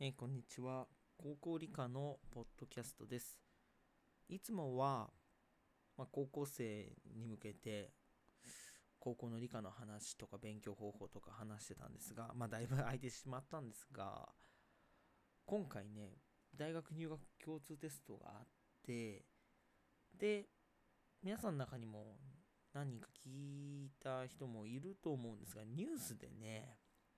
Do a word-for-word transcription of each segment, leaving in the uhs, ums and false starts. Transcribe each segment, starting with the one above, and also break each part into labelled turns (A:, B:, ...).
A: えーこんにちは。高校理科のポッドキャストです。いつもは、まあ、高校生に向けて高校の理科の話とか勉強方法とか話してたんですが、まあ、だいぶ空いてしまったんですが、今回ね、大学入学共通テストがあって、で、皆さんの中にも何人か聞いた人もいると思うんですが、ニュースでね、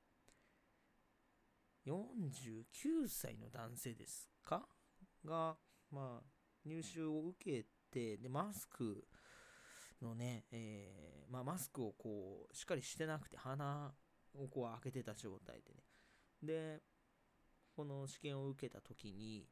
A: よんじゅうきゅうさいの男性ですかが、まあ、入試を受けて、で、マスクのね、えーまあ、マスクをこう、しっかりしてなくて、鼻をこう開けてた状態でね。で、この試験を受けた時に、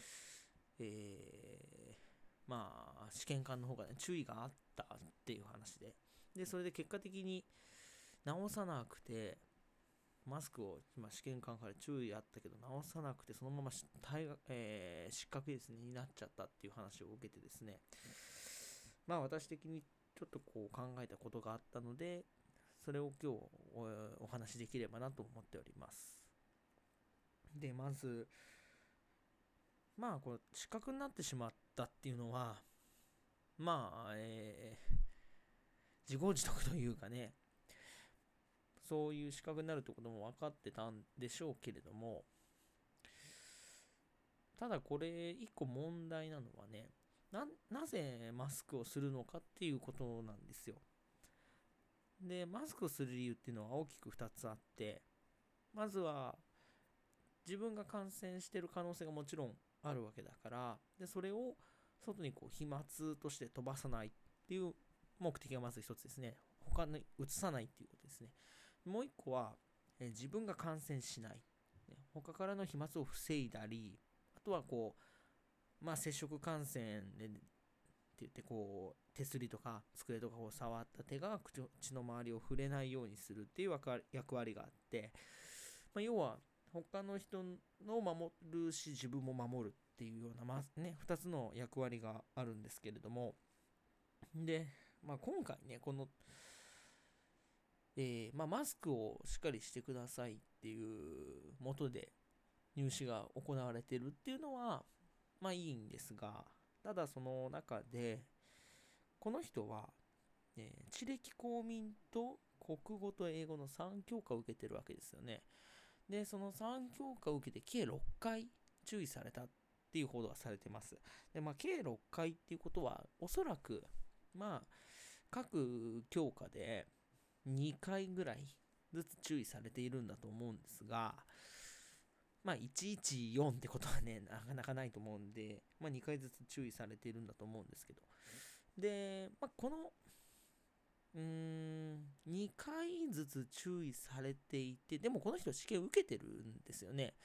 A: えーまあ、試験官の方がね、注意があったっていう話で、で、それで結果的に直さなくて、マスクを今試験官から注意あったけど直さなくてそのまま退学、えー失格ですねになっちゃったっていう話を受けてですね、まあ私的にちょっとこう考えたことがあったので、それを今日おお話しできればなと思っております。でまず、まあこれ失格になってしまったっていうのは、まあ、えー自業自得というかね、そういう資格になるってことも分かってたんでしょうけれども、ただこれ一個問題なのはね、ななぜマスクをするのかっていうことなんですよ。でマスクをする理由っていうのは大きくふたつあって、まずは自分が感染している可能性がもちろんあるわけだから、でそれを外にこう飛沫として飛ばさないっていう目的がまず一つですね。他に移さないっていうことですね。もう一個は、え自分が感染しない、ね、他からの飛沫を防いだり、あとはこうまあ接触感染でって言ってこう手すりとか机とかを触った手が口の周りを触れないようにするっていう役割があって、まあ、要は他の人の守るし自分も守るっていうような、まあね、ふたつの役割があるんですけれども、で、まあ、今回ねこの、えーまあ、マスクをしっかりしてくださいっていうもとで入試が行われているっていうのはまあいいんですが、ただその中でこの人は、えー地歴公民と国語と英語のさん教科を受けてるわけですよね。でそのさん教科を受けて計ろっかい注意されたっていう報道がされてます。でまあ計ろっかいっていうことはおそらくまあ各教科でにかいぐらいずつ注意されているんだと思うんですが、まあいちいちよんってことはねなかなかないと思うんで、まあ、にかいずつ注意されているんだと思うんですけど、で、まあ、このうーんにかいずつ注意されていて、でもこの人試験受けてるんですよね。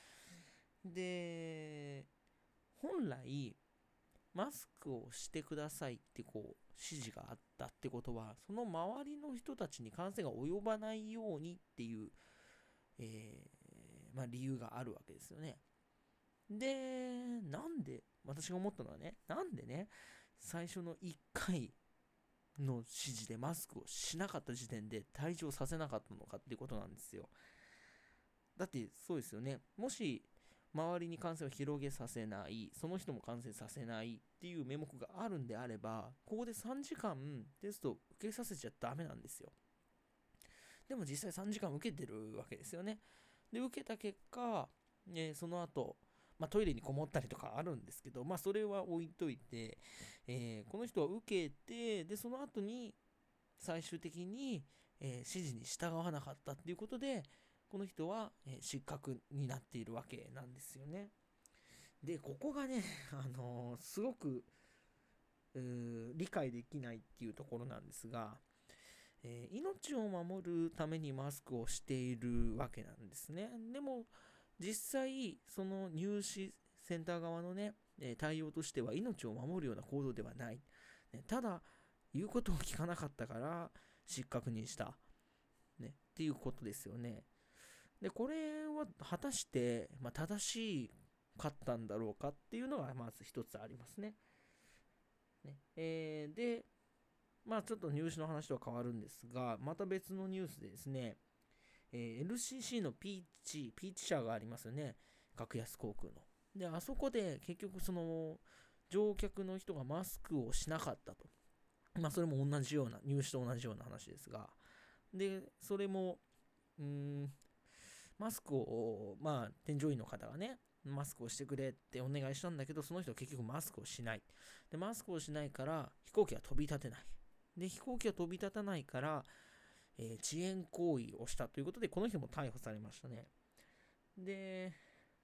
A: で本来マスクをしてくださいってこう指示があったってことは、その周りの人たちに感染が及ばないようにっていう、えーまあ、理由があるわけですよね。でなんで私が思ったのはね、なんでね最初のいっかいの指示でマスクをしなかった時点で退場させなかったのかっていうことなんですよ。だってそうですよね。もし周りに感染を広げさせない、その人も感染させないっていう名目があるんであれば、ここでさんじかんテストを受けさせちゃダメなんですよ。でも実際さんじかん受けてるわけですよね。で受けた結果、えーその後、まあ、トイレにこもったりとかあるんですけど、まあ、それは置いといて、えーこの人は受けて、でその後に最終的に、えー指示に従わなかったっていうことで、この人は、えー失格になっているわけなんですよね。でここがね、あのーすごく理解できないっていうところなんですが、えー命を守るためにマスクをしているわけなんですね。でも実際その入試センター側のね、えー対応としては命を守るような行動ではない、ね、ただ言うことを聞かなかったから失格にした、ね、っていうことですよね。でこれは果たして、まあ、正しかったんだろうかっていうのがまず一つありますね。ねえーでまあちょっと入試の話とは変わるんですが、また別のニュースでですね、えー エルシーシー のピーチ、ピーチ社がありますよね。 格安航空の。で、あそこで結局その乗客の人がマスクをしなかったと。まあそれも同じような、入試と同じような話ですが、で、それも、うーん、マスクを、まあ添乗員の方がね、マスクをしてくれってお願いしたんだけど、その人は結局マスクをしない。で、マスクをしないから飛行機が飛び立てない。で、飛行機が飛び立たないから、えー遅延行為をしたということで、この人も逮捕されましたね。で、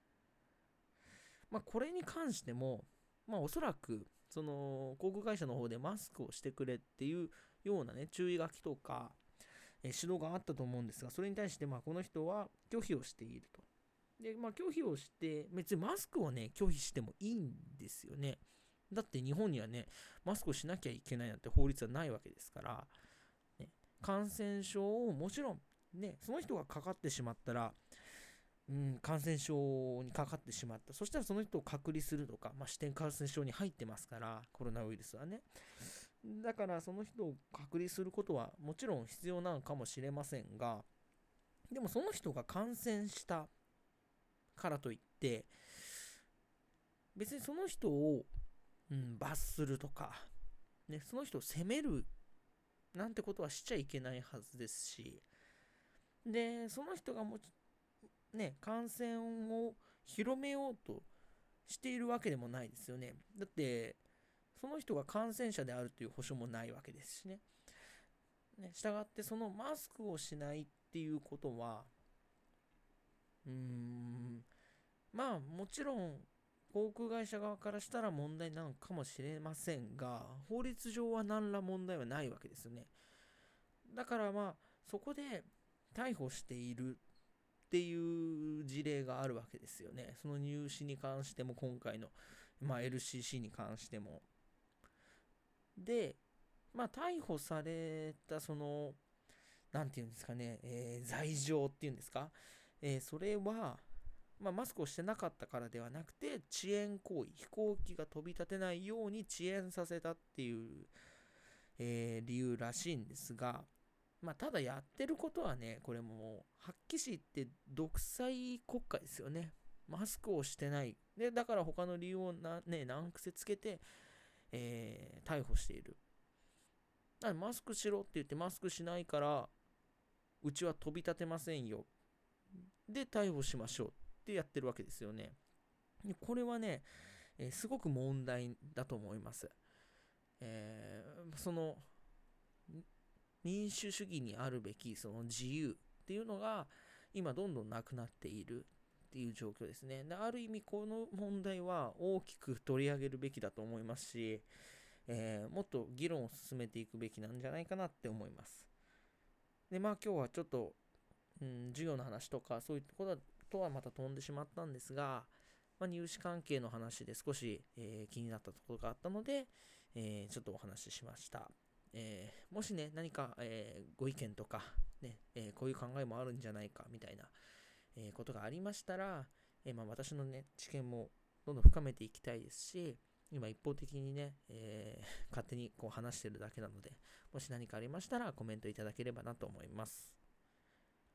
A: まあ、これに関しても、まあ、おそらく、その、航空会社の方でマスクをしてくれっていうようなね、注意書きとか、えー指導があったと思うんですが、それに対して、まあ、この人は拒否をしていると。で、まあ、拒否をして、別にマスクをね、拒否してもいいんですよね。だって日本にはね、マスクをしなきゃいけないなんて法律はないわけですから、ね、感染症をもちろん、ね、その人がかかってしまったら、うん、感染症にかかってしまった。そしたらその人を隔離するとか、まあ、指定感染症に入ってますから、コロナウイルスはね。だからその人を隔離することはもちろん必要なのかもしれませんが、でもその人が感染したからといって、別にその人を、うん、罰するとか、ね、その人を責めるなんてことはしちゃいけないはずですし、で、その人がもね、感染を広めようとしているわけでもないですよね。だって、その人が感染者であるという保証もないわけですしね。ね、したがって、そのマスクをしないっていうことは、うーん、まあ、もちろん、航空会社側からしたら問題なのかもしれませんが、法律上は何ら問題はないわけですよね。だからまあ、そこで逮捕しているっていう事例があるわけですよね。その入試に関しても今回の、まあ、エルシーシー に関しても。で、まあ、逮捕されたその、なんていうんですかね、えー罪状っていうんですか、えーそれは、まあ、マスクをしてなかったからではなくて、遅延行為、飛行機が飛び立てないように遅延させたっていう、えー理由らしいんですが、まあ、ただやってることはね、これもはっきり言って独裁国家ですよね。マスクをしてない。で、だから他の理由をな、ね、難癖つけて、えー逮捕している。だからマスクしろって言ってマスクしないから、うちは飛び立てませんよ。で、逮捕しましょうってやってるわけですよね。でこれはね、えーすごく問題だと思います。えーその、民主主義にあるべきその自由っていうのが今どんどんなくなっているっていう状況ですね。である意味この問題は大きく取り上げるべきだと思いますし、えーもっと議論を進めていくべきなんじゃないかなって思います。でまあ今日はちょっと、うん、授業の話とかそういうところとはまた飛んでしまったんですが、まあ、入試関係の話で少し、えー気になったところがあったので、えーちょっとお話ししました。えーもしね、何か、えーご意見とか、ねえーこういう考えもあるんじゃないかみたいな、えーことがありましたら、えーまあ、私のね、知見もどんどん深めていきたいですし、今一方的にね、えー勝手にこう話してるだけなので、もし何かありましたらコメントいただければなと思います。